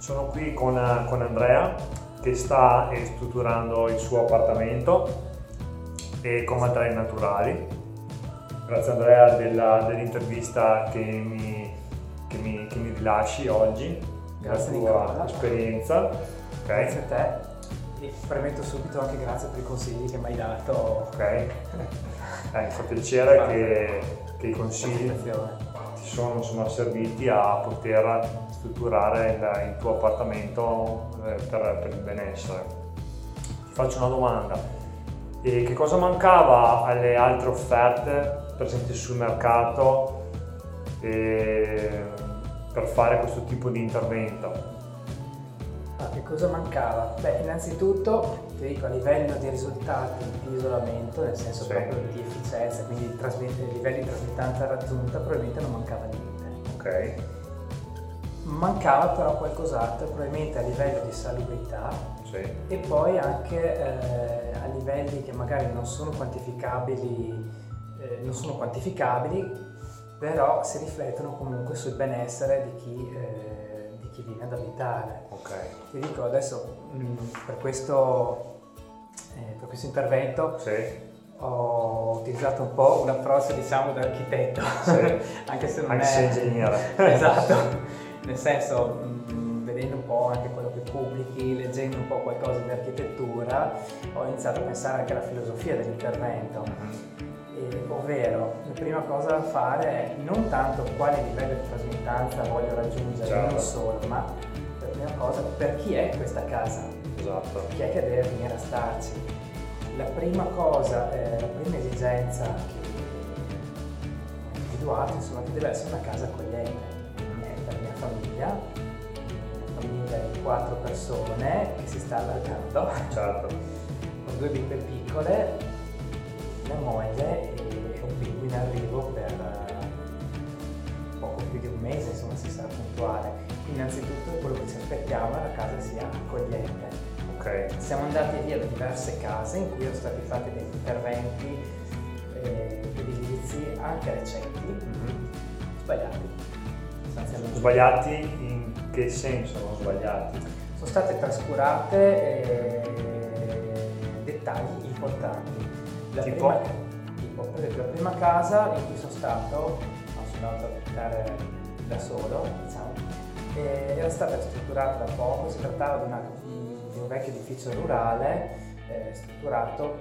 Sono qui con Andrea che sta strutturando il suo appartamento e con materiali naturali. Grazie Andrea dell'intervista che mi rilasci oggi, grazie la tua Nicola. Esperienza. Okay. Grazie a te e premetto subito anche grazie per i consigli che mi hai dato. Ok, mi fa piacere che i consigli ti sono serviti a poter strutturare il tuo appartamento per il benessere. Ti faccio una domanda: che cosa mancava alle altre offerte presenti sul mercato per fare questo tipo di intervento? Che cosa mancava? Beh, innanzitutto ti dico, a livello di risultati di isolamento, nel senso proprio di efficienza, quindi livelli di trasmittanza raggiunta, probabilmente non mancava niente. Ok. Mancava però qualcos'altro, probabilmente a livello di salubrità e poi anche a livelli che magari non sono quantificabili, però si riflettono comunque sul benessere di chi viene ad abitare. Okay. Ti dico adesso per questo intervento ho utilizzato un po' un approccio da architetto, anche se non è ingegnere. Esatto, nel senso vedendo un po' anche quello che pubblichi, leggendo un po' qualcosa di architettura, ho iniziato a pensare anche alla filosofia dell'intervento. Ovvero, la prima cosa da fare è non tanto quale livello di trasmittanza voglio raggiungere, non solo, ma la prima cosa, per chi è questa casa? Esatto. Chi è che deve venire a starci? La prima cosa, la prima esigenza che ho individuato, insomma, che deve essere una casa accogliente. Per mia famiglia di 4 persone che si sta allargando, con 2 bimbe piccole, mia moglie e un bimbo in arrivo per poco più di un mese, insomma, si sarà puntuale. Innanzitutto quello che ci aspettiamo è che la casa sia accogliente. Okay. Siamo andati via da diverse case in cui sono stati fatti degli interventi edilizi anche recenti, sbagliati. Sbagliati in che senso sono sbagliati? Sono state trascurate dettagli importanti. Per esempio, la prima casa in cui sono stato andato a abitare da solo, era stata strutturata da poco. Si trattava di un vecchio edificio rurale strutturato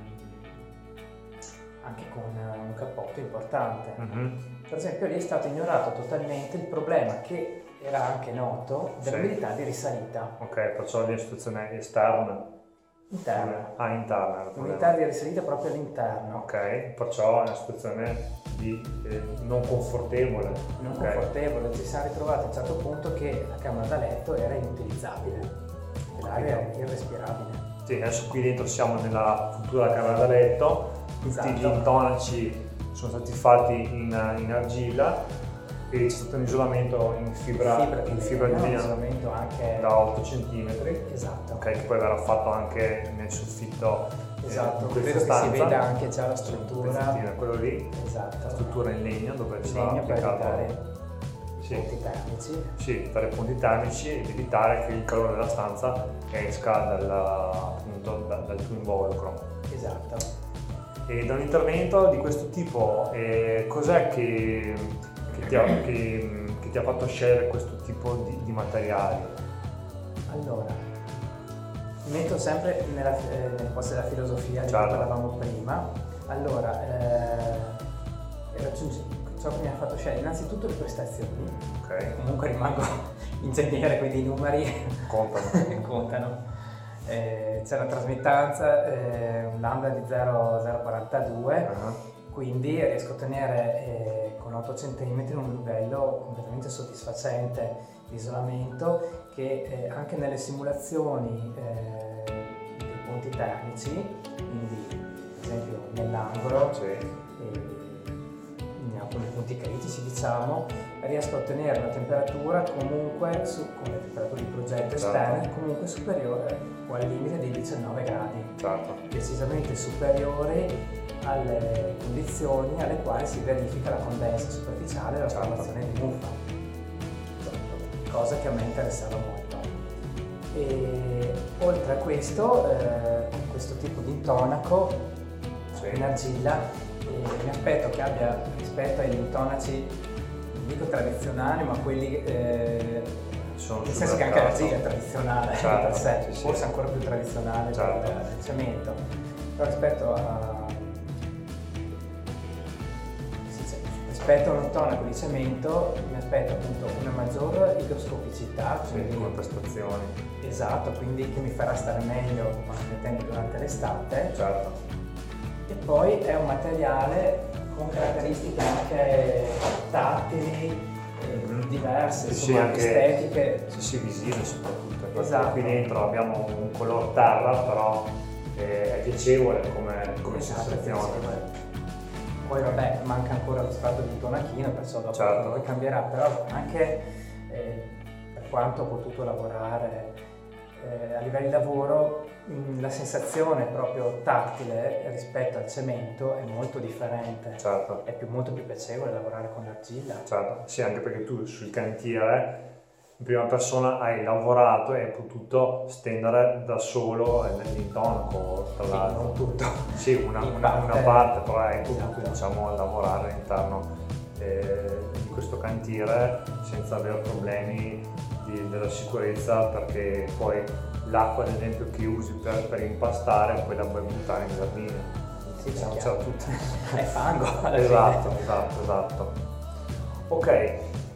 anche con un cappotto importante. Per esempio lì è stato ignorato totalmente il problema, che era anche noto, dell'umidità di risalita. Ok, perciò l'istituzione esterna. Interna. Interna. L'unità di risalita proprio all'interno. Ok, perciò è una situazione non confortevole. Confortevole, ci siamo ritrovati a un certo punto che la camera da letto era inutilizzabile, l'aria era irrespirabile. Sì, adesso qui dentro siamo nella futura camera da letto, tutti gli intonaci sono stati fatti in argilla e c'è stato un isolamento in fibra di legno anche da 8 cm. Esatto. Ok, che poi verrà fatto anche nel soffitto. Esatto, credo che si veda anche già la struttura. Quello lì, esatto. La struttura in legno dove si va per applicato punti termici. Sì, fare punti termici ed evitare che il calore della stanza esca dal tuo involucro. Esatto. E da un intervento di questo tipo, cos'è che ti ha fatto scegliere questo tipo di materiali? Allora, metto sempre nel posto della filosofia di cui parlavamo prima. Allora, ciò che mi ha fatto scegliere innanzitutto le prestazioni. Comunque rimango ingegnere, quindi i numeri contano. C'è una trasmittanza, un lambda di 0,042, quindi riesco a ottenere con 8 cm un livello completamente soddisfacente di isolamento che anche nelle simulazioni dei punti termici, quindi per esempio nell'angolo, in alcuni punti critici riesco a ottenere una temperatura comunque con le temperature di progetto esterne comunque superiore o al limite dei 19 gradi, decisamente superiore alle condizioni alle quali si verifica la condensa superficiale e la formazione di muffa. cosa che a me interessava molto. E oltre a questo, con questo tipo di intonaco in argilla, mi aspetto che abbia, rispetto agli intonaci, non dico tradizionali, ma quelli nel senso che anche l'argilla è tradizionale, certo, per sé, sì, forse ancora più tradizionale certo. del cemento, però rispetto a un intonaco di cemento mi aspetto appunto una maggior igroscopicità, quindi come prestazioni. Esatto, quindi che mi farà stare meglio quando mettendo durante l'estate. Certo. E poi è un materiale con caratteristiche anche tattili, diverse, sì, insomma, anche estetiche. Sì, visive soprattutto. Esatto. Qui dentro abbiamo un color terra, però è piacevole come sensazione. Poi vabbè, manca ancora lo strato di tonachino, perciò dopo certo. Cambierà, però anche per quanto ho potuto lavorare a livello di lavoro, la sensazione proprio tattile rispetto al cemento è molto differente. Certo. È molto più piacevole lavorare con l'argilla. Certo, sì, anche perché tu sul cantiere in prima persona hai lavorato e hai potuto stendere da solo l'intonaco, tra l'altro. Non tutto. Sì, una parte, però hai potuto esatto. Lavorare all'interno di questo cantiere senza avere problemi della sicurezza, perché poi l'acqua ad esempio che usi per impastare poi la puoi buttare in giardino. Sì, c'è tutto. È fango. Esatto. Ok.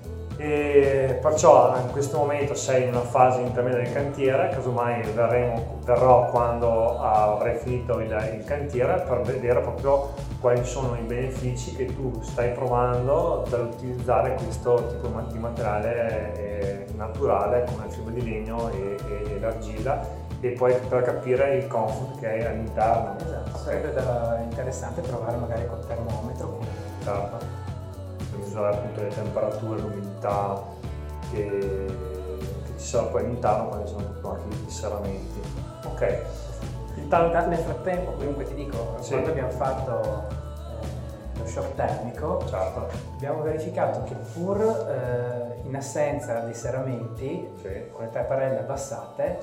E perciò in questo momento sei in una fase intermedia del cantiere, casomai verrò quando avrai finito il cantiere per vedere proprio quali sono i benefici che tu stai provando dall'utilizzare questo tipo di materiale naturale come il fibra di legno e l'argilla, e poi per capire il comfort che hai all'interno. Esatto, sarebbe interessante provare magari col termometro. Certo. Misurare appunto le temperature, l'umidità che ci sarà poi all'interno quando sono proprio anche i serramenti. Ok. Nel frattempo, comunque ti dico, quando abbiamo fatto lo shock termico, certo, abbiamo verificato che pur in assenza dei serramenti, con le tapparelle abbassate,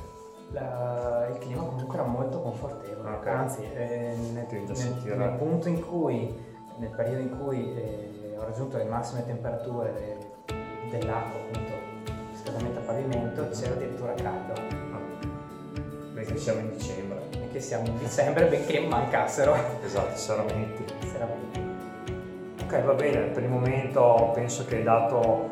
il clima comunque era molto confortevole. Okay. Anzi, nel punto in cui, nel periodo in cui ho raggiunto le massime temperature dell'acqua, appunto, riscaldamento a pavimento, c'era addirittura caldo. Benché siamo in dicembre. Benché mancassero. Esatto, serramenti. Ok, va bene, per il momento penso che hai dato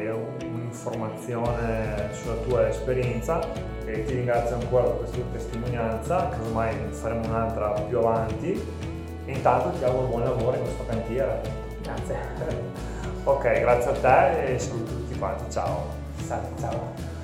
un'informazione sulla tua esperienza e ti ringrazio ancora per questa testimonianza, casomai faremo un'altra più avanti, e intanto ti auguro buon lavoro in questo cantiere. Grazie. Ok, grazie a te e saluto tutti quanti, ciao. Ciao.